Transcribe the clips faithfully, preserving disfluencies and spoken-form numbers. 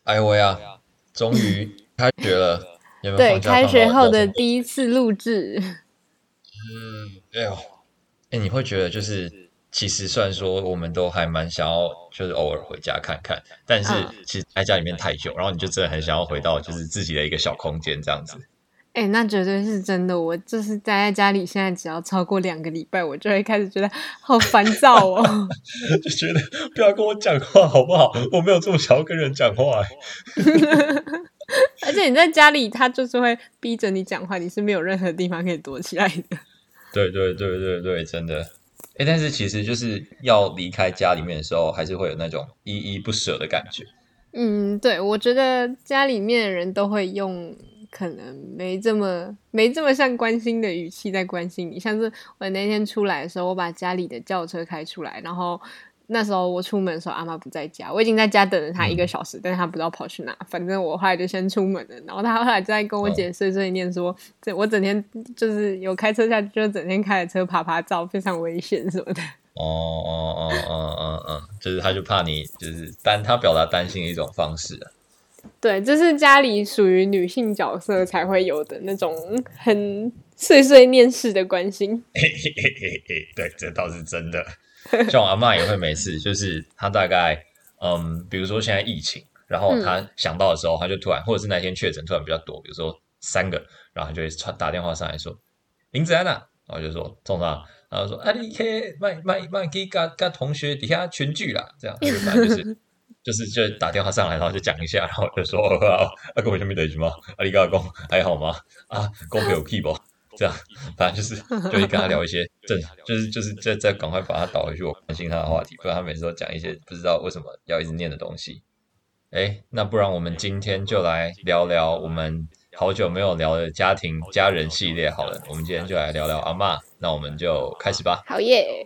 哎呦喂啊，终于开学了，有没有对， 放假放到开学后腰酸背的第一次录制。 嗯，哎呦，哎，你会觉得就是，其实虽然说我们都还蛮想要，就是偶尔回家看看，但是嗯， 其实在家里面太久，然后你就真的很想要回到就是自己的一个小空间这样子。 哎、那绝对是真的。我就是待在家里，现在只要超过两个礼拜，我就会开始觉得好烦躁哦。 就觉得不要跟我讲话好不好？我没有这么想要跟人讲话、欸。 而且你在家里，他就是会逼着你讲话，你是没有任何地方可以躲起来的。 对对对对对，真的。哎，但是其实就是要离开家里面的时候，还是会有那种依依不舍的感觉。 嗯，对，我觉得家里面的人都会用可能没这么没这么像关心的语气在关心你。像是我那天出来的时候，我把家里的轿车开出来，然后那时候我出门的时候，阿妈不在家，我已经在家等了她一个嗯小时，但是她不知道跑去哪。反正我后来就先出门了，然后她后来就在跟我嗯， 姐碎碎念说，这我整天就是有开车下去，就整天开着车爬爬照，非常危险什么的。 哦哦哦哦哦哦，就是他就怕你就是担他表达担心的一种方式啊。 对，这是家里属于女性角色才会有的那种很碎碎念式的关心。 嘿嘿嘿嘿嘿，对，这倒是真的。像我阿嬷也会每次就是她大概嗯，比如说现在疫情，然后她嗯， 想到的时候，她就突然或者是那天确诊突然比较多，比如说三个，然后她就会传打电话上来说林子安呐、啊，然后就说冲上，然后说啊你可以卖卖卖给跟跟同学底下群聚啦，这样他就反正就是就是就打电话上来，然后就讲一下，然后就说啊啊跟我下面的什么啊你跟他讲还好吗？啊股票有 keep 不？这样反正就是就会跟他聊一些正，就是就是再再赶快把他导回去我关心他的话题，不然他每次都讲一些不知道为什么要一直念的东西。哎，那不然我们今天就来聊聊我们好久没有聊的家庭家人系列好了，我们今天就来聊聊阿嬷，那我们就开始吧。 好耶！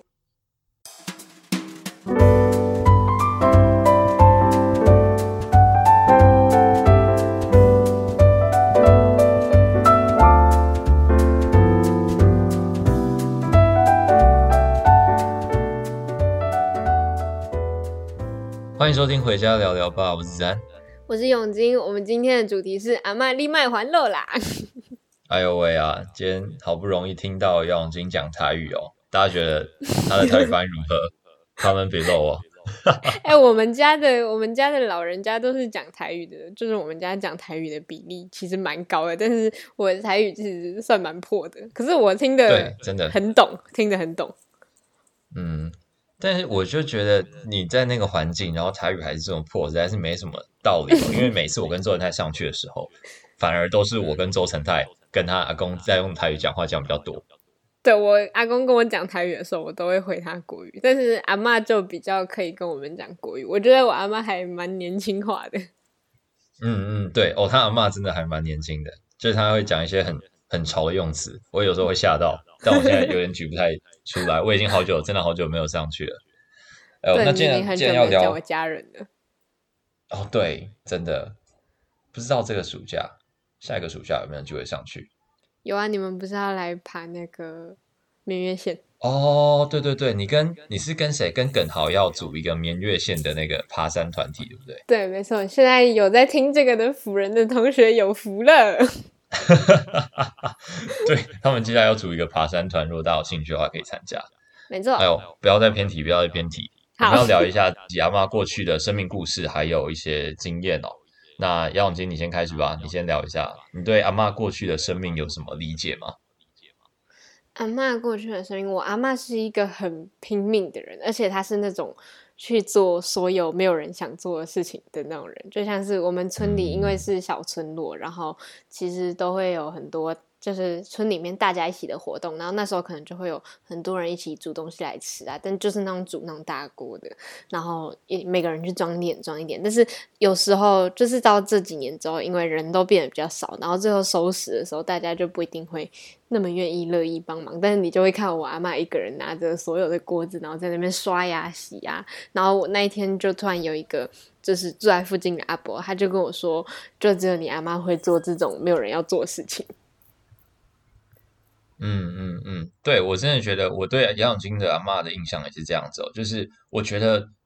欢迎收听回家聊聊吧，我是子安。 我是永金，我们今天的主题是阿嬷立麦还肉啦。 哎呦喂啊，今天好不容易听到姚永金讲台语哦，大家觉得他的台语发音如何？Comment below 哦。 哎、我们家的我们家的老人家都是讲台语的，就是我们家讲台语的比例其实蛮高的，但是我的台语其实算蛮破的，可是我听的对，真的， 很懂，听得很懂。 嗯，但是我就觉得你在那个环境，然后台语还是这么破，实在是没什么道理哦。因为每次我跟周成泰上去的时候，反而都是我跟周成泰跟他阿公在用台语讲话讲比较多。 对，我阿公跟我讲台语的时候，我都会回他国语，但是阿嬷就比较可以跟我们讲国语。我觉得我阿嬷还蛮年轻化的。 嗯嗯，对哦，他阿嬷真的还蛮年轻的，就是他会讲一些很很潮的用词，我有时候会吓到，但我现在有点举不太出来，我已经好久真的好久没有上去了。哎呦， 对， 那既然你已经很既然要聊久没有见我家人了。 哦，对，真的不知道这个暑假下一个暑假有没有机会上去。 有啊，你们不是要来爬那个绵月线？ 哦，对对对，你跟你是跟谁？跟耿豪要组一个绵月线的那个爬山团体，对不对？ 对，没错，现在有在听这个的辅仁的同学有福了。 对，他们接下来要组一个爬山团，如果大家有兴趣的话，可以参加。 没错， 哎呦，不要再偏题，不要再偏题，我们好， 要聊一下自己阿妈过去的生命故事，还有一些经验哦。那杨永金，你先开始吧，你先聊一下，你对阿妈过去的生命有什么理解吗？ 阿嬷过去的声音，我阿嬷是一个很拼命的人，而且她是那种去做所有没有人想做的事情的那种人。就像是我们村里，因为嗯是小村落，然后其实都会有很多就是村里面大家一起的活动，然后那时候可能就会有很多人一起煮东西来吃啊，但就是那种煮那种大锅的，然后也每个人去装一点装一点，但是有时候就是到这几年之后，因为人都变得比较少，然后最后收拾的时候，大家就不一定会那么愿意乐意帮忙，但是你就会看我阿嬷一个人拿着所有的锅子，然后在那边刷牙洗牙，然后我那一天就突然有一个就是住在附近的阿伯，他就跟我说，就只有你阿嬷会做这种没有人要做的事情。 嗯嗯嗯，对我真的觉得我对杨永金的阿嬷的印象也是这样子哦，就是我觉得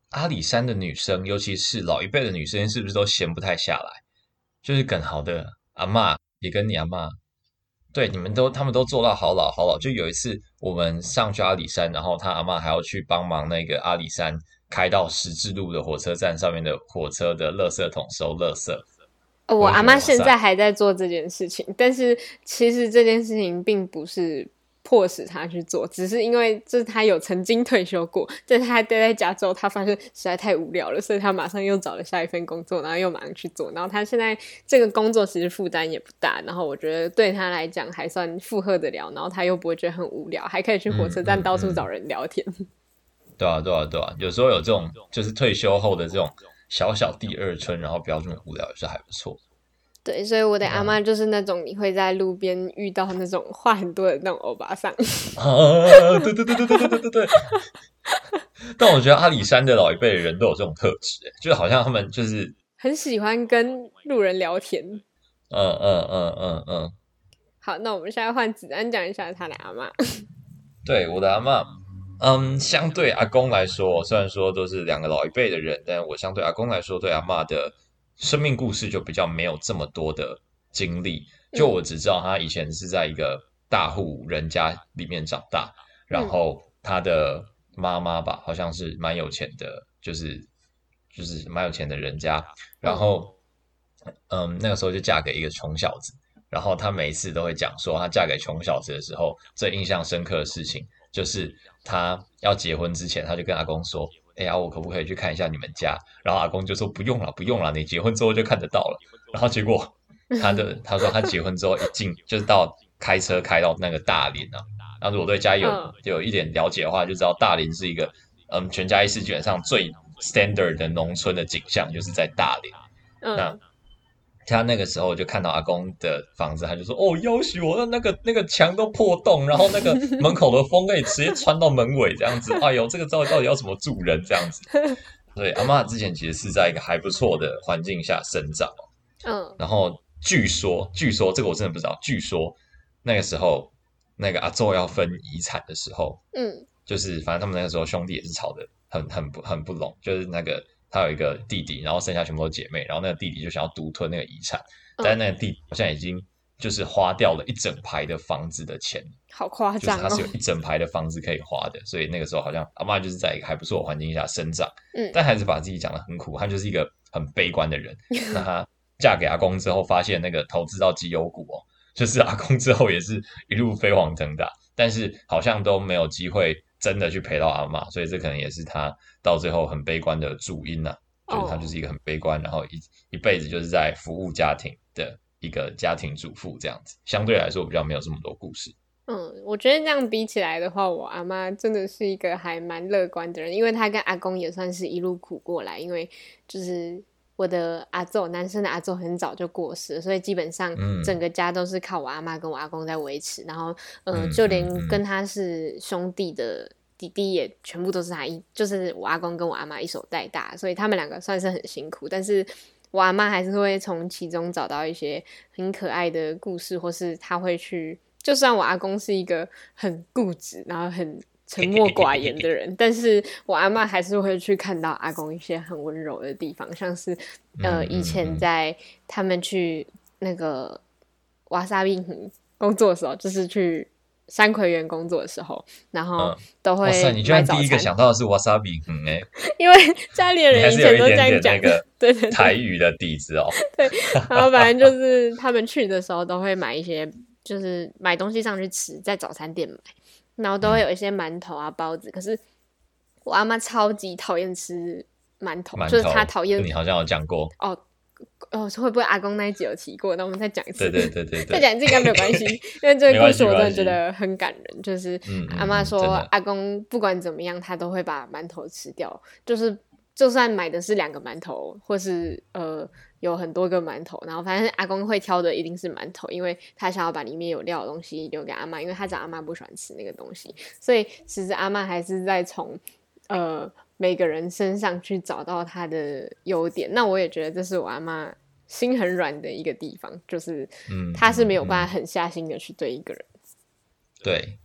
阿里山的女生，尤其是老一辈的女生，是不是都闲不太下来？就是耿豪的阿嬷也跟你阿嬷，对，你们都他们都做到好老好老。就有一次我们上去阿里山，然后他阿嬷还要去帮忙那个阿里山开到十字路的火车站上面的火车的垃圾桶收垃圾。 我阿嬷现在还在做这件事情，但是其实这件事情并不是迫使他去做，只是因为就是他有曾经退休过，但是他待在家之后他发现实在太无聊了，所以他马上又找了下一份工作，然后又马上去做，然后他现在这个工作其实负担也不大，然后我觉得对他来讲还算负荷得了，然后他又不会觉得很无聊，还可以去火车站到处找人聊天。嗯嗯嗯、 对啊对啊对啊，有时候有这种就是退休后的这种小小第二春，然后不要这么无聊，也是还不错。 对，所以我的阿嬷就是那种你会在路边遇到那种话很多的那种欧巴桑。 啊，对对对对对对对对对。但我觉得阿里山的老一辈的人都有这种特质，就是好像他们就是很喜欢跟路人聊天。 嗯嗯嗯嗯嗯。 好，那我们现在换子安讲一下他的阿嬷。 对，我的阿嬷，嗯，相对阿公来说，虽然说都是两个老一辈的人，但我相对阿公来说，对阿嬷的生命故事就比较没有这么多的经历。就我只知道他以前是在一个大户人家里面长大，然后他的妈妈吧，好像是蛮有钱的，就是就是蛮有钱的人家，然后嗯，那个时候就嫁给一个穷小子。然后他每一次都会讲说，他嫁给穷小子的时候，最印象深刻的事情就是他要结婚之前，他就跟阿公说：“哎呀，我可不可以去看一下你们家？”然后阿公就说：“不用了，不用了，你结婚之后就看得到了。”然后结果他的他说他结婚之后一进就是到开车开到那个大林啊，那如果对嘉义有有一点了解的话，就知道大林是一个嗯全嘉义市基本上最 standard 的农村的景象，就是在大林。 嗯、 那他那个时候就看到阿公的房子，他就说：“哦，要许我那个那个墙都破洞，然后那个门口的风可以直接穿到门尾这样子。哎呦，这个到底到底要怎么住人这样子？”对，阿嬷之前其实是在一个还不错的环境下生长。 嗯， 然后据说，据说这个我真的不知道。据说那个时候，那个阿祖要分遗产的时候， 嗯， 就是反正他们那个时候兄弟也是吵得很很不很不拢，就是那个。他有一个弟弟，然后剩下全部都姐妹，然后那个弟弟就想要独吞那个遗产， 嗯、 但是那个弟弟好像已经就是花掉了一整排的房子的钱， 好夸张哦！ 就是他是有一整排的房子可以花的，所以那个时候好像阿嬷就是在一个还不错的环境下生长， 嗯， 但还是把自己讲得很苦，他就是一个很悲观的人。那他嫁给阿公之后，发现那个投资到绩优股哦，就是阿公之后也是一路飞黄腾达，但是好像都没有机会真的去陪到阿嬷，所以这可能也是他到最后很悲观的主因呐、啊。就是他就是一个很悲观，然后一一辈子就是在服务家庭的一个家庭主妇这样子，相对来说比较没有这么多故事。 嗯，我觉得这样比起来的话，我阿嬷真的是一个还蛮乐观的人，因为她跟阿公也算是一路苦过来，因为就是我的阿祖，男生的阿祖很早就过世，所以基本上整个家都是靠我阿嬷跟我阿公在维持，然后呃，就连跟他是兄弟的弟弟也全部都是他一，就是我阿公跟我阿嬷一手带大，所以他们两个算是很辛苦，但是我阿嬷还是会从其中找到一些很可爱的故事，或是他会去，就算我阿公是一个很固执，然后很沉默寡言的人，但是我阿嬷还是会去看到阿公一些很温柔的地方，像是呃以前在他们去那个瓦萨比工作的时候，就是去山葵园工作的时候，然后都会买早餐。哇塞， 你居然第一个想到的是 wasabi， 嗯哎， 因为家里的人以前都这样讲，对对， 台语的底子哦。 对，然后反正就是他们去的时候都会买一些，就是买东西上去吃，在早餐店买，然后都会有一些馒头啊、包子。可是我阿嬷超级讨厌吃馒头， 馒头就是她讨厌。 你好像有讲过哦。哦，会不会阿公那一集有提过？那我们再讲一次。 对对对对对， 再讲一次应该没有关系，因为这个故事我真的觉得很感人。就是阿嬷说， 嗯嗯、 阿公不管怎么样，他都会把馒头吃掉。就是就算买的是两个馒头，或是呃有很多个馒头，然后反正阿公会挑的一定是馒头，因为他想要把里面有料的东西留给阿嬷，因为他知道阿嬷不喜欢吃那个东西，所以其实阿嬷还是在从呃。每个人身上去找到他的优点，那我也觉得这是我阿嬷心很软的一个地方，就是他是没有办法狠下心的去对一个人。 嗯、对，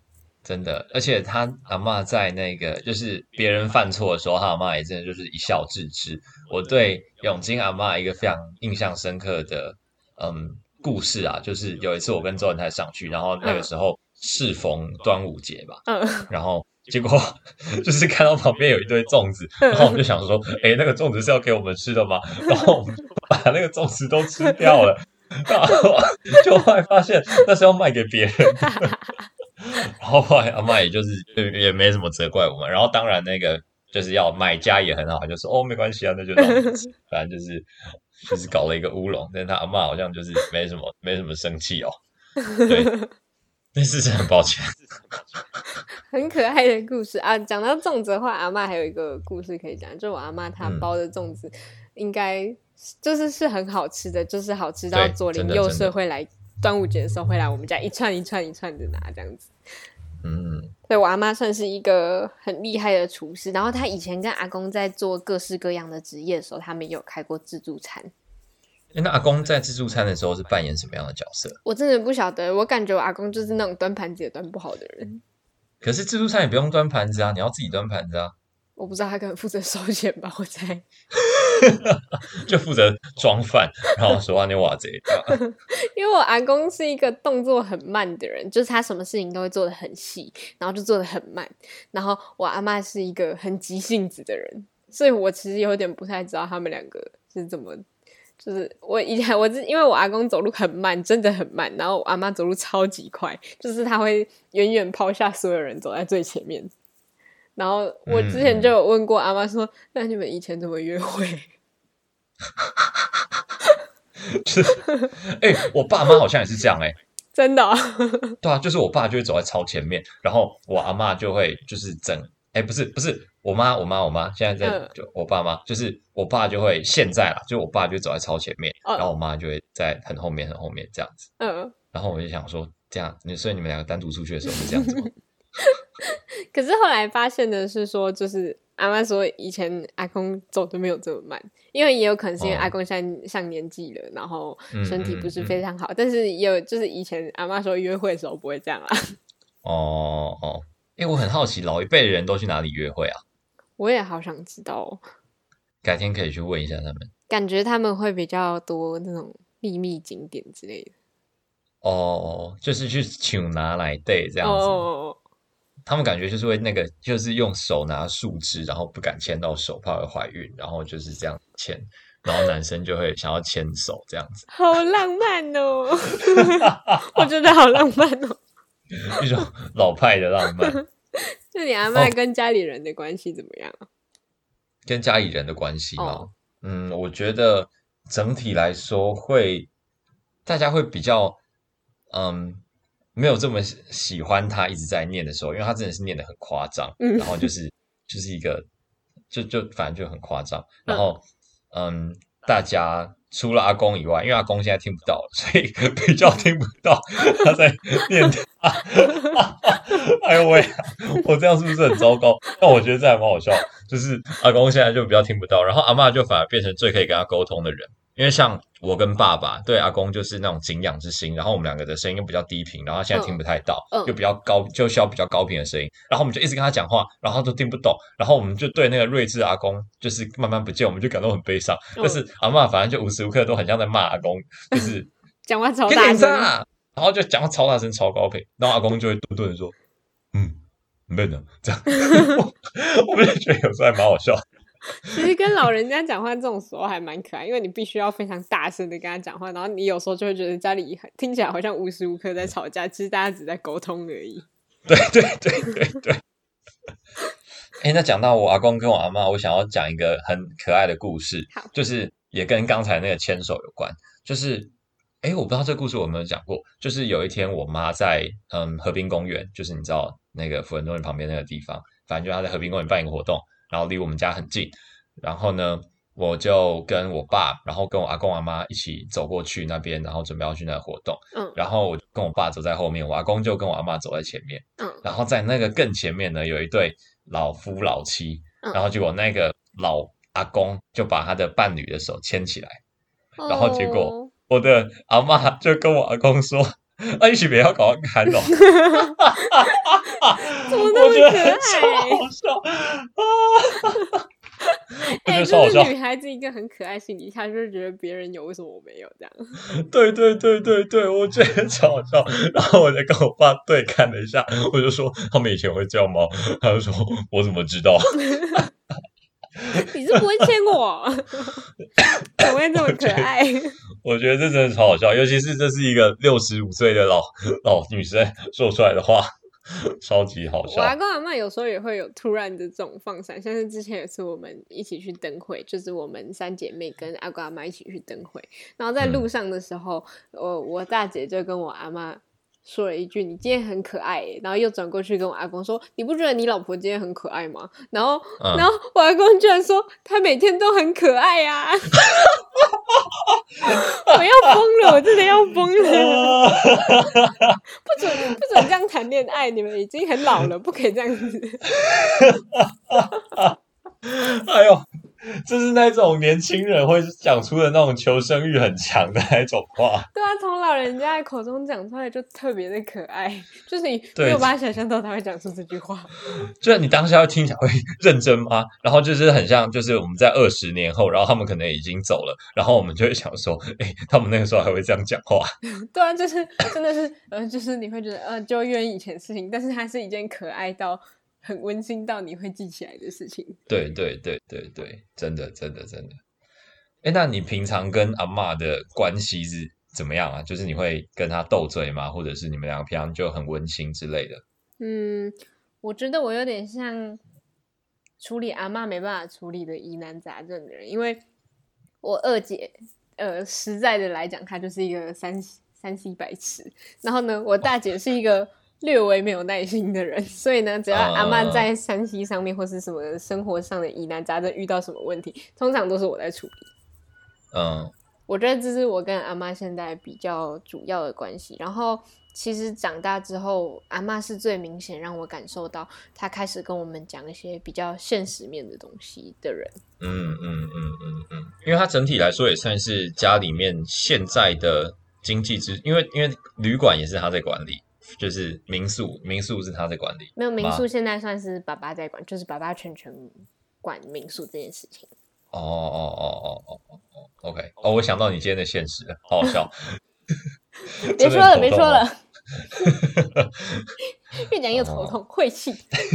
真的，而且他阿嬷在那个就是别人犯错的时候，他阿嬷也真的就是一笑置之。我对永金阿嬷一个非常印象深刻的嗯故事啊，就是有一次我跟周文泰上去，然后那个时候适逢端午节吧， 嗯然后结果就是看到旁边有一堆粽子，然后我们就想说，诶，那个粽子是要给我们吃的吗？然后我们就把那个粽子都吃掉了，然后就后来发现那是要卖给别人的。然后后来阿嬷也就是也没什么责怪我们，然后当然那个就是要买家也很好，就说哦没关系啊，那就让我们吃，反正就是就是搞了一个乌龙，但是他阿嬷好像就是没什么没什么生气哦，对，但是是很抱歉， 很可爱的故事啊。讲到粽子的话，阿嬷还有一个故事可以讲，就我阿嬷她包的粽子应该就是是很好吃的，就是好吃到左邻右舍会来端午节的时候会来我们家一串一串一串的拿这样子。 嗯， 所以我阿嬷算是一个很厉害的厨师，然后她以前跟阿公在做各式各样的职业的时候，他们也有开过自助餐。 那阿公在自助餐的时候是扮演什么样的角色？ 我真的不晓得，我感觉我阿公就是那种端盘子也端不好的人。 可是自助餐也不用端盘子啊，你要自己端盘子啊。 我不知道，他可能负责收钱吧，我猜。 就负责装饭，然后说话你哇贼。 因为我阿公是一个动作很慢的人，就是他什么事情都会做得很细，然后就做得很慢。然后我阿嬷是一个很急性子的人，所以我其实有点不太知道他们两个是怎么。就是我以前我是因为我阿公走路很慢，真的很慢，然后我阿嬷走路超级快，就是他会远远抛下所有人走在最前面。然后我之前就有问过阿嬷说、嗯、那你们以前怎么约会？ 哎、欸，我爸妈好像也是这样哎、欸， 真的、哦？ 对啊，就是我爸就会走在超前面，然后我阿嬷就会就是整，哎、欸，不是不是，我妈我妈我妈现在在、嗯、就我爸妈，就是我爸就会现在啦，就我爸就走在超前面，嗯、然后我妈就会在很后面很后面这样子，嗯，然后我就想说这样，所以你们两个单独出去的时候是这样子吗？ 可是后来发现的是说，就是阿嬷说以前阿公走都没有这么慢，因为也有可能是因为阿公现在上年纪了，然后身体不是非常好，嗯嗯嗯、但是也有就是以前阿嬷说约会的时候不会这样啦。 哦哦，哎，我很好奇老一辈的人都去哪里约会啊？ 我也好想知道哦， 改天可以去问一下他们。 感觉他们会比较多那种秘密景点之类的。 哦，就是去抢拿来对这样子。哦。他们感觉就是会那个，就是用手拿树枝，然后不敢牵到手，怕会怀孕，然后就是这样牵，然后男生就会想要牵手这样子， 好浪漫哦！我觉得好浪漫哦， 一种老派的浪漫。 那你阿嬷跟家里人的关系怎么样、啊哦？ 跟家里人的关系吗？哦、嗯，我觉得整体来说会，大家会比较，嗯。没有这么喜欢他一直在念的时候，因为他真的是念得很夸张，嗯、然后就是就是一个就就反正就很夸张，然后 嗯, 嗯，大家除了阿公以外，因为阿公现在听不到了，所以比较听不到他在念他。哎呦喂、啊，我这样是不是很糟糕？但我觉得这还蛮好笑，就是阿公现在就比较听不到，然后阿嬷就反而变成最可以跟他沟通的人。因为像我跟爸爸对阿公就是那种敬仰之心，然后我们两个的声音又比较低频，然后他现在听不太到，嗯、又比较高，就需要比较高频的声音，然后我们就一直跟他讲话，然后他都听不懂，然后我们就对那个睿智阿公就是慢慢不见，我们就感到很悲伤。嗯、但是阿嬷反正就无时无刻都很像在骂阿公，就是讲话超大声， 然后就讲话超大声、超高频，然后阿公就会顿顿的说：“嗯，没呢。”这样，我们就觉得有时候还蛮好笑。 其实跟老人家讲话这种时候还蛮可爱，因为你必须要非常大声的跟他讲话，然后你有时候就会觉得家里听起来好像无时无刻在吵架，其实大家只在沟通而已。 对对对对对。哎，那讲到我阿公跟我阿嬷，我想要讲一个很可爱的故事，就是也跟刚才那个牵手有关。就是哎，我不知道这个故事我有没有讲过，就是有一天我妈在嗯河滨公园，就是你知道那个福仁中园旁边那个地方，反正就她在河滨公园办一个活动。然后离我们家很近，然后呢，我就跟我爸，然后跟我阿公阿妈一起走过去那边，然后准备要去那个活动。嗯，然后我就跟我爸走在后面，我阿公就跟我阿妈走在前面。嗯，然后在那个更前面呢，有一对老夫老妻，嗯、然后结果那个老阿公就把他的伴侣的手牵起来，嗯、然后结果我的阿妈就跟我阿公说：“ 啊，一起不要搞看哦， 怎么那么可爱？ 超好笑啊！我觉哎、 得超好笑。 就是女孩子一个很可爱心理，她就是觉得别人有，为什么我没有这样？ 对对对对对，我觉得超好笑。然后我就跟我爸对看了一下，我就说他们以前会这样吗？他就说我怎么知道？ 你是不会牵我，怎么会这么可爱？ 我觉得这真的超好笑，尤其是这是一个六十五岁的老老女生说出来的话，超级好笑。 我阿公阿嬷有时候也会有突然的这种放闪，像是之前有次我们一起去灯会，就是我们三姐妹跟阿公阿嬷一起去灯会，然后在路上的时候，嗯、我我大姐就跟我阿嬷说了一句：“你今天很可爱耶。”然后又转过去跟我阿公说：“你不觉得你老婆今天很可爱吗？”然后，嗯、然后我阿公居然说：“她每天都很可爱呀、啊！”我要疯了，我真的要疯了！不准不准这样谈恋爱，你们已经很老了，不可以这样子。 哎呦，这是那种年轻人会讲出的那种求生欲很强的那种话。 对啊，从老人家的口中讲出来就特别的可爱，就是你没有办法想象到他会讲出这句话。 就是你当下会听起来会认真吗？然后就是很像，就是我们在二十年后，然后他们可能已经走了，然后我们就会想说，哎、欸，他们那个时候还会这样讲话。 对啊，就是真的是，呃，就是你会觉得，呃，就怨以前事情，但是它是一件可爱到很温馨到你会记起来的事情。 对对对对对，真的真的真的。哎，那你平常跟阿嬷的关系是怎么样啊？就是你会跟她斗嘴吗？或者是你们两个平常就很温馨之类的？ 嗯，我觉得我有点像处理阿嬷没办法处理的疑难杂症的人，因为我二姐，呃，实在的来讲，她就是一个三三 C 白痴，然后呢，我大姐是一个略微没有耐心的人，所以呢，只要阿嬷在三 C 上面或是什么生活上的疑难杂症遇到什么问题，通常都是我在处理。嗯，我觉得这是我跟阿嬷现在比较主要的关系。然后其实长大之后，阿嬷是最明显让我感受到她开始跟我们讲一些比较现实面的东西的人。 嗯嗯嗯嗯嗯，因为她整体来说也算是家里面现在的经济支，因为因为旅馆也是她在管理，就是民宿，民宿是她在管理。 没有，民宿现在算是爸爸在管，就是爸爸全权管民宿这件事情。 哦哦哦哦哦哦 ，OK， 哦，我想到你今天的现实了，好好笑。 别说了，别说了，越讲越头痛，晦气。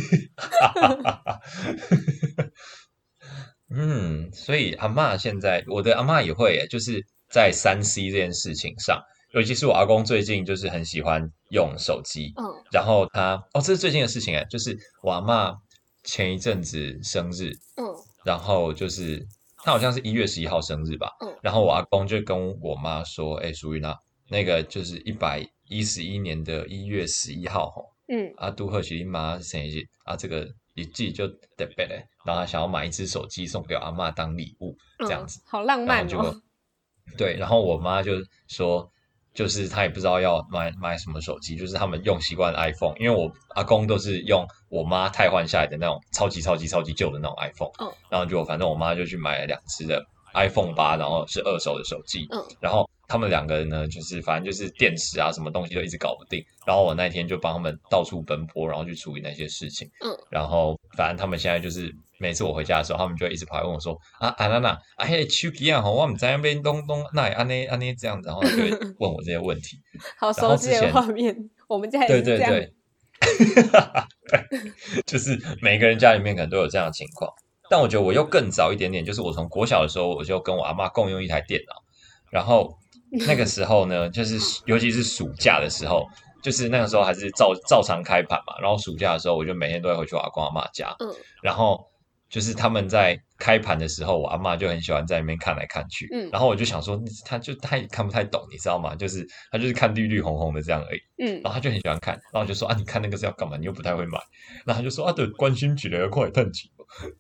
嗯，所以阿嬷现在，我的阿嬷也会耶，就是在三 C 这件事情上，尤其是我阿公最近就是很喜欢用手机，嗯，然后他，哦，这是最近的事情哎，就是我阿嬷前一阵子生日，嗯。然后就是他好像是一月十一号生日吧，嗯，然后我阿公就跟我妈说，哎，淑云啊，那个就是一百一十一年的一月十一号吼，嗯，啊，杜贺许你妈生日啊，这个日子就特别嘞，然后他想要买一只手机送给阿嬷当礼物，这样子， 嗯，好浪漫哦。 对，然后我妈就说，就是她也不知道要买买什么手机，就是他们用习惯 iPhone， 因为我阿公都是用我妈汰换下来的那种超级超级超级旧的那种 iPhone，嗯，然后就反正我妈就去买了两只的 iPhone 八，然后是二手的手机，嗯，然后他们两个人呢，就是反正就是电池啊什么东西都一直搞不定，然后我那天就帮他们到处奔波，然后去处理那些事情，嗯，然后反正他们现在就是每次我回家的时候，他们就会一直跑来问我说啊啊娜娜啊嘿手机啊，我唔知那边东东那安呢安呢这样子，然后就会问我这些问题。 好熟悉的画面，我们家也是这样。 对对对，就是每个人家里面可能都有这样的情况。但我觉得我又更早一点点，就是我从国小的时候，我就跟我阿嬷共用一台电脑，然后那个时候呢，就是尤其是暑假的时候。就是那个时候还是照照常开盘嘛，然后暑假的时候我就每天都会回去我阿公阿嬷家，嗯，然后就是他们在开盘的时候，我阿嬷就很喜欢在那边看来看去，嗯，然后我就想说，他就他也看不太懂，你知道吗？就是他就是看绿绿红红的这样而已，嗯，然后他就很喜欢看，然后我就说啊，你看那个是要干嘛？你又不太会买，然后他就说啊，对，关心起来要快探几，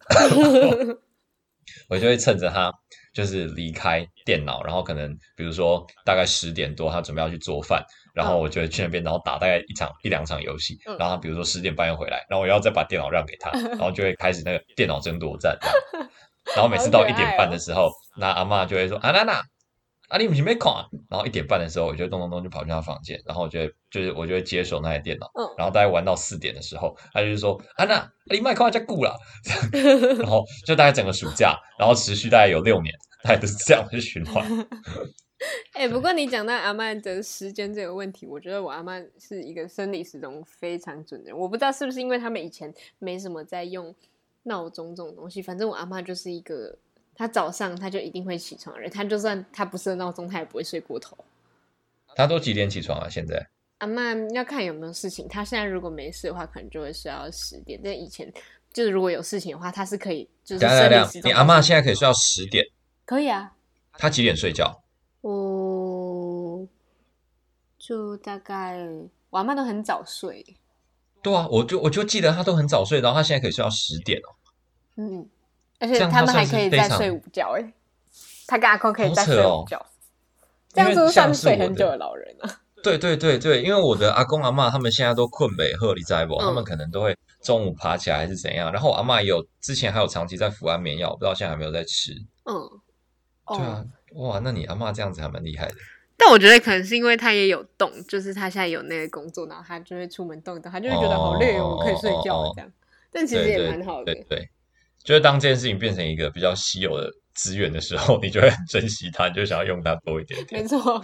我就会趁着他就是离开电脑，然后可能比如说大概十点多，他准备要去做饭。然后我就会去那边，然后打大概一场一两场游戏，然后他比如说十点半又回来，然后我要再把电脑让给他，然后就会开始那个电脑争夺战。然后每次到一点半的时候，那阿嬷就会说啊娜娜， 啊，你不是没看？然后一点半的时候，我就咚咚咚就跑进他房间，然后我就会就是我就会接手那台电脑， 嗯， 然后大概玩到四点的时候，他就是说安娜，啊你麦看加顾了，这样，然后就大概整个暑假，然后持续大概有六年，大概都是这样的循环。 哎、欸，不过你讲到阿嬷的时间这个问题，我觉得我阿嬷是一个生理时钟非常准的人。我不知道是不是因为他们以前没什么在用闹钟这种东西，反正我阿嬷就是一个，她早上她就一定会起床的人，她就算她不设闹钟，她也不会睡过头。 他都几点起床啊？现在？ 阿嬷要看有没有事情，她现在如果没事的话，可能就会睡到十点。但以前就是如果有事情的话，她是可以就是生理时钟。 你阿嬷现在可以睡到十点？ 可以啊。 她几点睡觉？ 我就大概我阿嬷都很早睡。 对啊，我就我就记得她都很早睡，然后她现在可以睡到十点哦。 嗯，而且他们还可以再睡午觉哎，他跟阿公可以再睡午觉，哦、这样子算是睡很久的老人啊。 对对对对，因为我的阿公阿嬷他们现在都困北喝，你知道不？ 嗯、 他们可能都会中午爬起来还是怎样。然后我阿嬷也有之前还有长期在服安眠药，不知道现在有没有在吃。 嗯， 哦、对啊，哇，那你阿嬷这样子还蛮厉害的。 但我觉得可能是因为他也有动，就是他现在有那个工作，然后他就会出门动一动，他就会觉得好累哦，我可以睡觉了这样。但其实也蛮好的。 对 对, 对, 对，就是当这件事情变成一个比较稀有的资源的时候，你就会很珍惜它，你就想要用它多一点点。 没错。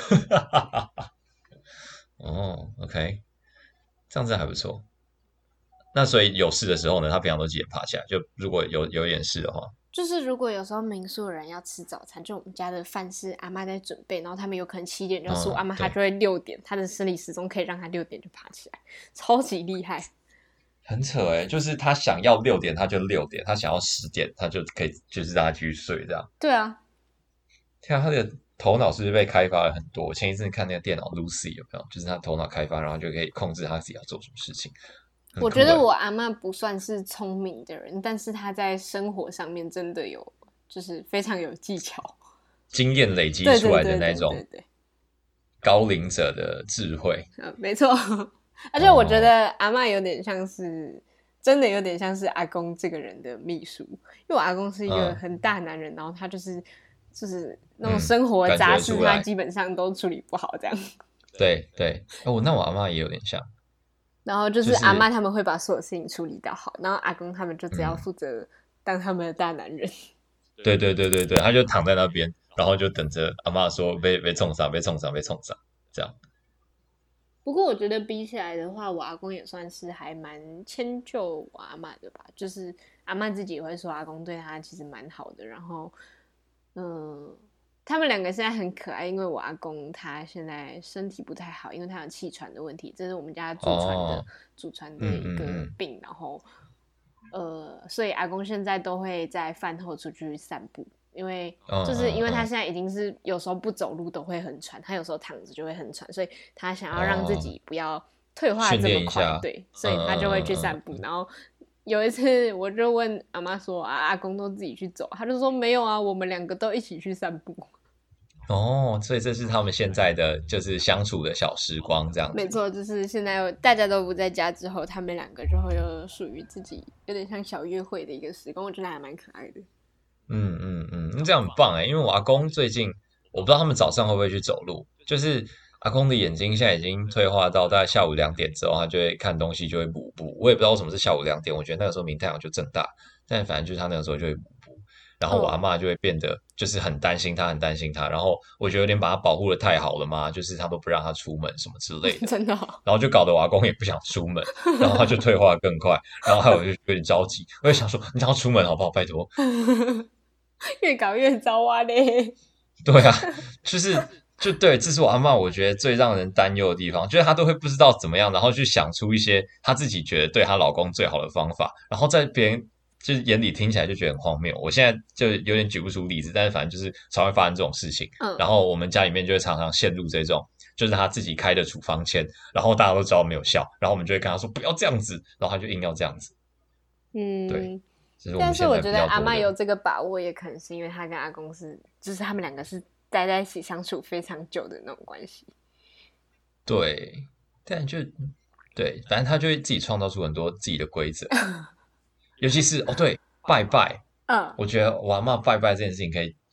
哦 ，OK， 这样子还不错。那所以有事的时候呢，他平常都几点爬起来？就如果有有点事的话， 就是如果有时候民宿的人要吃早餐，就我们家的饭是阿嬷在准备，然后他们有可能七点就说、嗯、阿嬷她就会六点，她的生理时钟可以让她六点就爬起来，超级厉害。 很扯哎、欸，就是他想要六点他就六点，他想要十点他就可以，就是让他继续睡这样。 对啊， 天啊，他的头脑是不是被开发了很多？我前一阵看那个电脑 Lucy 有没有？就是他头脑开发，然后就可以控制他自己要做什么事情。欸、 我觉得我阿嬷不算是聪明的人，但是她在生活上面真的有，就是非常有技巧， 经验累积出来的那种高龄者的智慧。 嗯，没错。而且我觉得阿嬷有点像是，真的有点像是阿公这个人的秘书，因为我阿公是一个很大男人，嗯、然后他就是就是那种生活杂事，他基本上都处理不好这样。 对对，哦，那我阿嬷也有点像。 然后就是阿嬷他们会把所有事情处理到好，然后阿公他们就只要负责当他们的大男人。 嗯、对对对对对，他就躺在那边，然后就等着阿嬷说被被冲上，被冲上，被冲上，这样。 不过我觉得比起来的话，我阿公也算是还蛮迁就我阿嬷的吧。就是阿嬷自己也会说，阿公对他其实蛮好的。然后，嗯，他们两个现在很可爱，因为我阿公他现在身体不太好，因为他有气喘的问题，这是我们家祖传的、哦、祖传的一个病。嗯嗯嗯然后，呃，所以阿公现在都会在饭后出去散步。因为就是因为他现在已经是有时候不走路都会很喘，他有时候躺着就会很喘，所以他想要让自己不要退化这么快，对，所以他就会去散步。嗯、然后有一次我就问阿嬷说啊，阿公都自己去走，他就说没有啊，我们两个都一起去散步。 哦，所以这是他们现在的就是相处的小时光，这样子。 没错，就是现在大家都不在家之后，他们两个就会有属于自己有点像小约会的一个时光，我觉得还蛮可爱的。 嗯嗯嗯，这样很棒哎！因为我阿公最近，我不知道他们早上会不会去走路。就是阿公的眼睛现在已经退化到大概下午两点之后，他就会看东西就会补补。我也不知道为什么是下午两点，我觉得那个时候明太阳就正大，但反正就是他那个时候就会补补。然后我阿嬷就会变得就是很担心他，很担心他。然后我觉得有点把他保护的太好了嘛，就是他都不让他出门什么之类的， 真的、哦。 然后就搞得我阿公也不想出门，然后他就退化更快。然后还有我就有点着急，我就想说，你想要出门好不好？拜托。 越搞越糟啊嘞！ 对啊，就是就对，这是我阿嬷我觉得最让人担忧的地方，就是她都会不知道怎么样，然后去想出一些她自己觉得对她老公最好的方法，然后在别人就是眼里听起来就觉得很荒谬。我现在就有点举不出例子，但是反正就是常会发生这种事情。嗯，然后我们家里面就会常常陷入这种，就是他自己开的处方签，然后大家都知道没有效，然后我们就会跟他说不要这样子，然后他就硬要这样子。 嗯， 对。是但是我觉得阿嬷有这个把握，也可能是因为她跟阿公是，就是他们两个是待在一起相处非常久的那种关系。 对，但就对，反正他就会自己创造出很多自己的规则，尤其是哦，对，拜拜，嗯，我觉得我阿嬷拜拜这件事情可以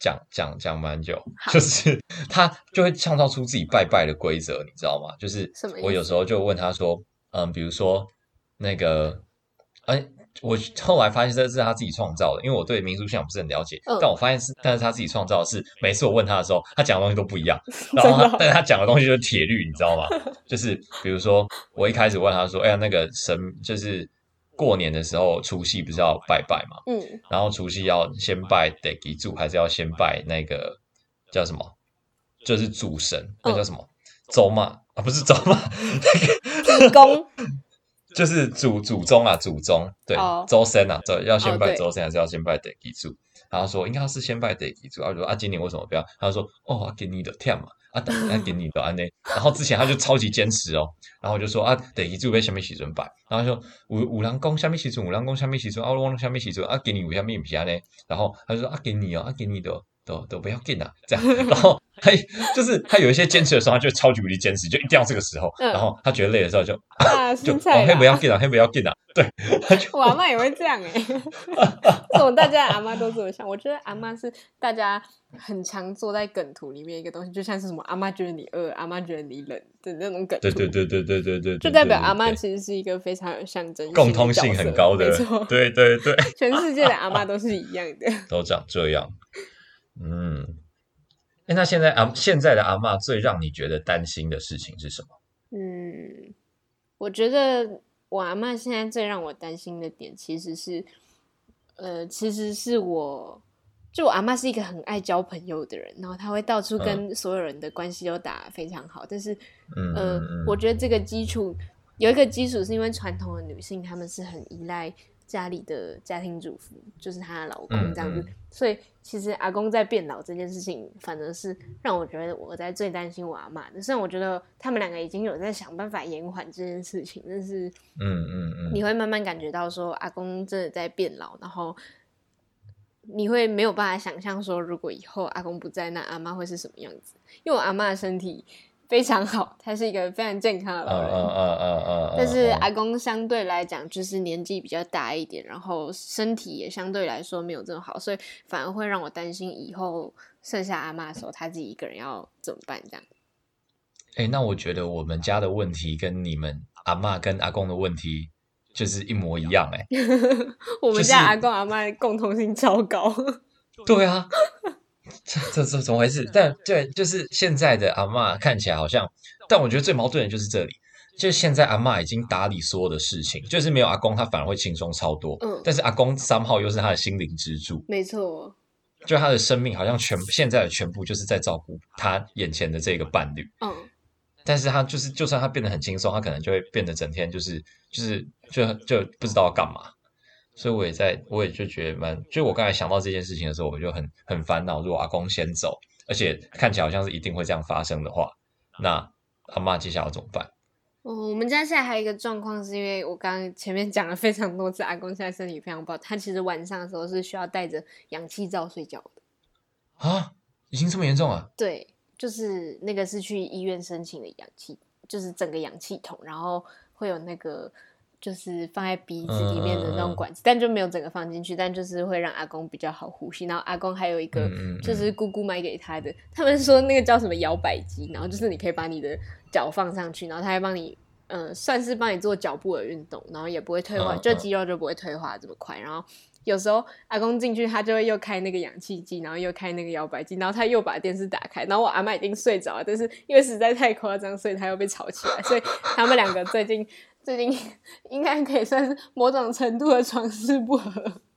讲讲讲蛮久，就是他就会创造出自己拜拜的规则，你知道吗？就是我有时候就问他说，嗯，比如说那个，哎。我后来发现这是他自己创造的，因为我对民俗信仰不是很了解，嗯、但我发现是，但是他自己创造的是，每次我问他的时候，他讲的东西都不一样，然后他，但是他讲的东西就是铁律，你知道吗？就是比如说，我一开始问他说，哎呀，那个神就是过年的时候，除夕不是要拜拜嘛，嗯，然后除夕要先拜地基主，还是要先拜那个叫什么？就是主神，那叫什么？周妈啊，不是周妈，那个公。 就是祖祖宗啊，祖宗对，周生啊，对，要先拜周生，还是要先拜地基主？然后说应该是先拜地基主，然后说啊，今年为什么不要？他说哦，啊，给你的天嘛，啊，等下给你的安内。然后之前他就超级坚持哦，然后我就说啊，地基主被下面时阵拜，然后说有有人讲下面时阵，有人讲下面时阵，啊，我讲下面时阵，啊，给你有下面不是安内？然后他就说啊，给你哦，啊，给你的。都都不要紧啊，这样，然后他就是他有一些坚持的时候，他就超级无敌坚持，就一定要这个时候。嗯、然后他觉得累的时候就啊， 就哦，嘿不要紧啊，嘿不要紧啊，对，他就我阿嬷也会这样哎、欸，为什么大家的阿嬷都这么想？我觉得阿嬷是大家很常坐在梗图里面一个东西，就像是什么阿嬷觉得你饿，阿嬷觉得你冷的那种梗图。 对对对对对对对， 就代表阿嬷其实是一个非常有象征性的共通性很高的， 没错， 对对对， 全世界的阿嬷都是一样的， 都长这样。嗯，那现在阿现在的阿嬷最让你觉得担心的事情是什么？ 嗯，我觉得我阿嬷现在最让我担心的点，其实是，呃，其实是我，就我阿嬷是一个很爱交朋友的人，然后她会到处跟所有人的关系都打得非常好，嗯、但是，嗯、呃，我觉得这个基础有一个基础是因为传统的女性她们是很依赖家里的家庭主妇，就是她的老公这样子，嗯嗯，所以其实阿公在变老这件事情，反而是让我觉得我在最担心我阿嬷的。虽然我觉得他们两个已经有在想办法延缓这件事情，但是，嗯嗯嗯，你会慢慢感觉到说阿公真的在变老，然后你会没有办法想象说，如果以后阿公不在，那阿嬷会是什么样子？因为我阿嬷的身体非常好，他是一个非常健康的老人，uh, uh, uh, uh, uh, 但是阿公相对来讲就是年纪比较大一点，然后身体也相对来说没有这么好，所以反而会让我担心以后剩下阿嬷的时候，他自己一个人要怎么办这样。 欸，那我觉得我们家的问题跟你们阿嬷跟阿公的问题就是一模一样欸我们家阿公阿嬷共同性超高对啊这这这怎么回事？但对，就是现在的阿嬷看起来好像，但我觉得最矛盾的就是这里，就是现在阿嬷已经打理所有的事情，就是没有阿公他反而会轻松超多，嗯，但是阿公somehow又是他的心灵支柱， 没错， 就他的生命好像全现在的全部就是在照顾他眼前的这个伴侣，嗯，但是他就是就算他变得很轻松，他可能就会变得整天就是就是就就不知道要干嘛。所以我也在，我也就觉得蛮，就我刚才想到这件事情的时候，我就很很烦恼。如果阿公先走，而且看起来好像是一定会这样发生的话，那阿嬷接下来要怎么办？ 哦，我们家现在还有一个状况，是因为我刚刚前面讲了非常多次，阿公现在身体非常不好，他其实晚上的时候是需要带着氧气罩睡觉的。 啊，已经这么严重了？ 对，就是那个是去医院申请的氧气，就是整个氧气筒，然后会有那个。就是放在鼻子里面的那种管子、嗯、但就没有整个放进去，但就是会让阿公比较好呼吸。然后阿公还有一个就是姑姑买给他的、嗯、他们说那个叫什么摇摆机，然后就是你可以把你的脚放上去，然后他会帮你嗯，算是帮你做脚部的运动，然后也不会退化、嗯、就肌肉就不会退化这么快。然后有时候阿公进去他就会又开那个氧气机，然后又开那个摇摆机，然后他又把电视打开，然后我阿嬷已经睡着了，但是因为实在太夸张，所以他又被吵起来，所以他们两个最近最近应该可以算是某种程度的床事不合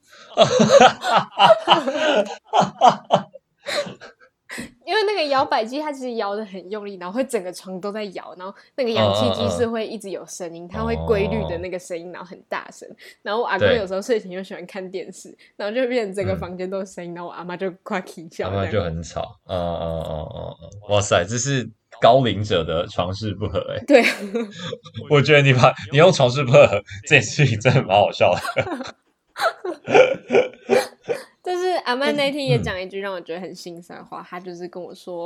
因为那个摇摆机它其实摇得很用力，然后会整个床都在摇，然后那个氧气机是会一直有声音、哦、它会规律的那个声音，然后很大声，然后我阿公有时候睡前又喜欢看电视，然后就变成整个房间都是声音、嗯、然后我阿嬷就快起笑， 阿嬷就很吵，嗯嗯嗯嗯嗯，哇塞，这是高龄者的床事不合欸。 对我觉得你把你用床事不合这件事情真的蛮好笑的但是阿嬷那天也讲一句让我觉得很心酸的话，她就是跟我说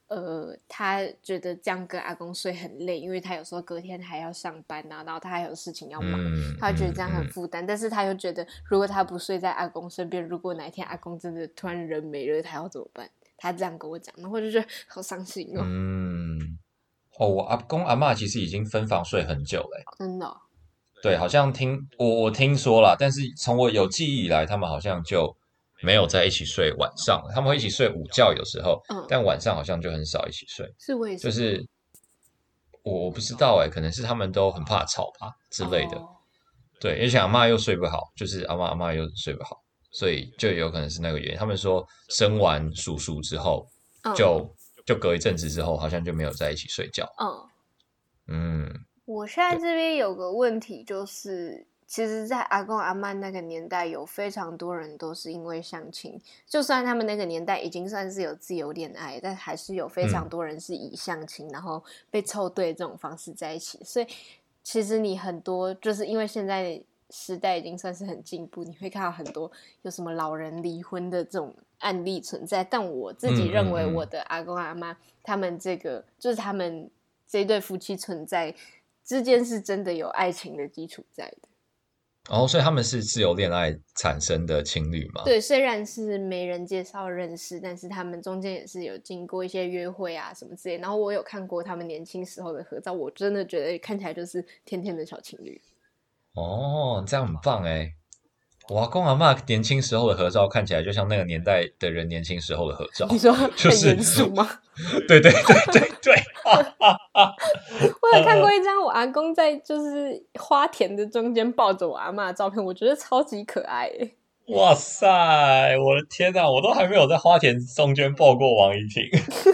呃，他觉得这样跟阿公睡很累，因为他有时候隔天还要上班啊，然后他还有事情要忙， 嗯， 他觉得这样很嗯负担。但是他又觉得，如果他不睡在阿公身边，如果哪一天阿公真的突然人没了，他要怎么办？他这样跟我讲，然后我就觉得好伤心哦。 嗯，哦，我阿公阿嬷其实已经分房睡很久了欸。 真的哦。 对，好像听我我听说啦，但是从我有记忆以来，他们好像就没有在一起睡晚上，他们会一起睡午觉有时候， 嗯， 但晚上好像就很少一起睡。 是为什么？ 就是我我不知道哎、可能是他们都很怕吵吧之类的。 哦对，而且阿嬷又睡不好，就是阿嬷阿嬷又睡不好，所以就有可能是那个原因。他们说生完叔叔之后， 嗯就就隔一阵子之后，好像就没有在一起睡觉。 嗯。 嗯我现在这边有个问题，就是其实，在阿公阿嬷那个年代，有非常多人都是因为相亲，就算他们那个年代已经算是有自由恋爱，但还是有非常多人是以相亲，然后被凑对这种方式在一起。所以，其实你很多就是因为现在时代已经算是很进步，你会看到很多有什么老人离婚的这种案例存在。但我自己认为，我的阿公阿嬷他们这个就是他们这对夫妻存在之间是真的有爱情的基础在的。 哦，所以他们是自由恋爱产生的情侣吗？ 对，虽然是没人介绍认识，但是他们中间也是有经过一些约会啊什么之类。然后我有看过他们年轻时候的合照，我真的觉得看起来就是甜甜的小情侣。 哦，这样很棒哎！我阿公阿嬷年轻时候的合照看起来就像那个年代的人年轻时候的合照。 你说就是很严肃吗？ 对对对对对。 我有看过一张我阿公在就是花田的中间抱着我阿嬷的照片，我觉得超级可爱耶。 哇塞，我的天哪，我都还没有在花田中间抱过王怡婷。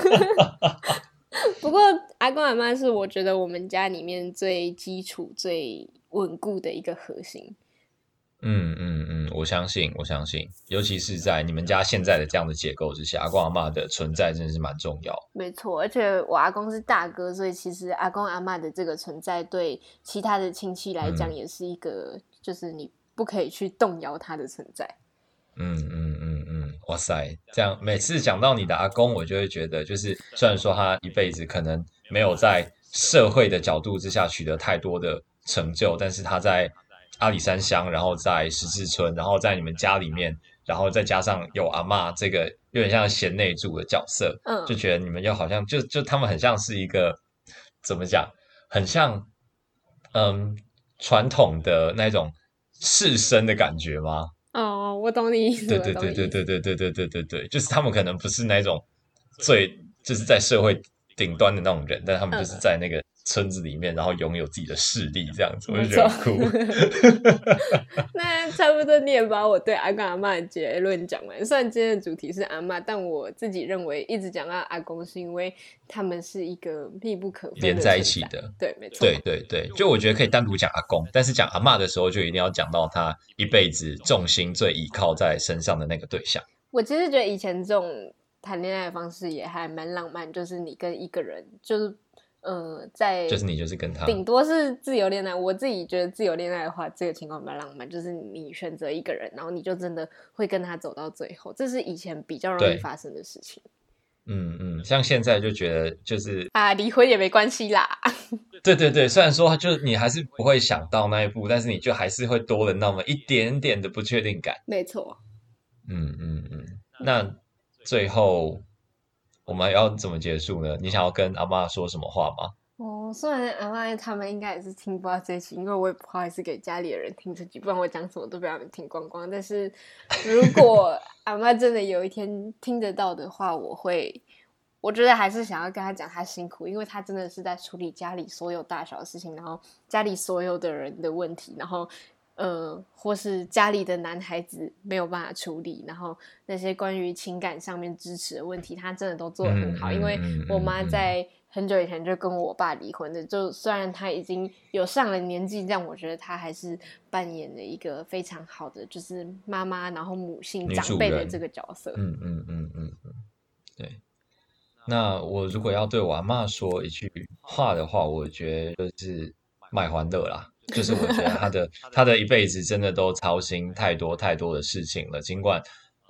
不过阿公阿嬷是我觉得我们家里面最基础最稳固的一个核心。 嗯嗯嗯，我相信，我相信，尤其是在你们家现在的这样的结构之下，阿公阿嬷的存在真的是蛮重要。 没错，而且我阿公是大哥，所以其实阿公阿嬷的这个存在对其他的亲戚来讲也是一个，嗯、就是你不可以去动摇他的存在。 嗯嗯嗯嗯，哇塞，这样每次讲到你的阿公，我就会觉得，就是虽然说他一辈子可能没有在社会的角度之下取得太多的成就，但是他在阿里山乡，然后在石志村，然后在你们家里面，然后再加上有阿嬷这个有点像贤内助的角色， 嗯， 就觉得你们又好像就就他们很像是一个怎么讲，很像嗯传统的那种士绅的感觉吗？ 哦，我懂你意思。 对对对对对对对对对对对，就是他们可能不是那种最就是在社会顶端的那种人，但他们就是在那个村子里面，然后拥有自己的势力，这样子，我就觉得很酷。 那差不多你也把我对阿公阿嬷的结论讲完。虽然今天的主题是阿嬷，但我自己认为一直讲到阿公，是因为他们是一个密不可分的连在一起的。 对，没错。 对对对，就我觉得可以单独讲阿公，但是讲阿嬷的时候，就一定要讲到他一辈子重心最依靠在身上的那个对象。 我其实觉得以前这种谈恋爱的方式也还蛮浪漫，就是你跟一个人，就是呃，在就是你就是跟他， 顶多是自由恋爱。我自己觉得自由恋爱的话，这个情况蛮浪漫，就是你选择一个人，然后你就真的会跟他走到最后，这是以前比较容易发生的事情。 嗯嗯，像现在就觉得就是啊，离婚也没关系啦。 对对对，虽然说就你还是不会想到那一步，但是你就还是会多了那么一点点的不确定感。 没错。 嗯嗯嗯，那最后我们要怎么结束呢？你想要跟阿嬷说什么话吗？ 哦，虽然阿嬷他们应该也是听不到这一期，因为我也不好意思给家里的人听这集，不然我讲什么都被他们听光光。但是如果阿嬷真的有一天听得到的话，我会，我觉得还是想要跟他讲他辛苦，因为他真的是在处理家里所有大小的事情，然后家里所有的人的问题，然后呃，或是家里的男孩子没有办法处理，然后那些关于情感上面支持的问题，他真的都做得很好。 嗯、 因为我妈嗯、 在很久以前就跟我爸离婚的，就虽然他已经有上了年纪，但我觉得他还是扮演了一个非常好的，就是妈妈，然后母性长辈的这个角色。 嗯嗯嗯嗯嗯，对。那我如果要对我阿嬷说一句话的话，我觉得就是卖欢乐啦。就是我觉得他的他的一辈子真的都操心太多太多的事情了，尽管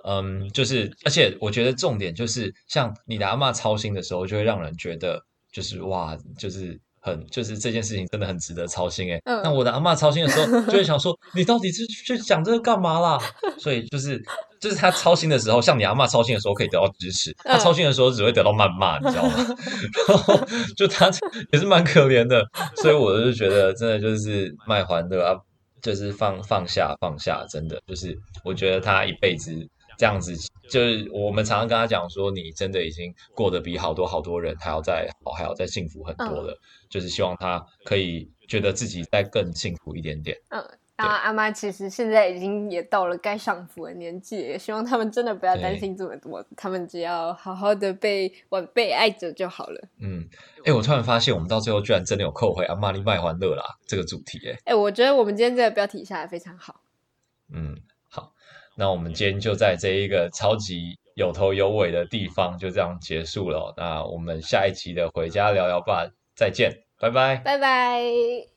嗯，就是而且我觉得重点就是像你的阿嬷操心的时候，就会让人觉得就是哇，就是很就是这件事情真的很值得操心诶。那嗯， 我的阿嬷操心的时候，就会想说你到底是去讲这个干嘛啦？所以就是就是他操心的时候，像你阿嬷操心的时候可以得到支持，他操嗯， 心的时候只会得到谩骂，你知道吗？然后就他也是蛮可怜的，所以我就觉得真的就是卖欢乐啊，就是放放下放下，真的就是我觉得他一辈子这样子，就是我们常常跟他讲说，你真的已经过得比好多好多人还要再好，还要再幸福很多嗯， 了，就是希望他可以觉得自己再更幸福一点点。 嗯，然后对阿妈其实现在已经也到了该享福的年纪了，也希望他们真的不要担对， 心这么多，他们只要好好的被晚辈爱着就好了。 嗯，哎，我突然发现我们到最后居然真的有扣回阿玛尼卖欢乐啦这个主题，哎， 哎，我觉得我们今天这个标题下来非常好。 嗯，好，那我们今天就在这一个超级有头有尾的地方就这样结束了哦，那我们下一集的回家聊聊吧，再见，拜拜。 拜拜。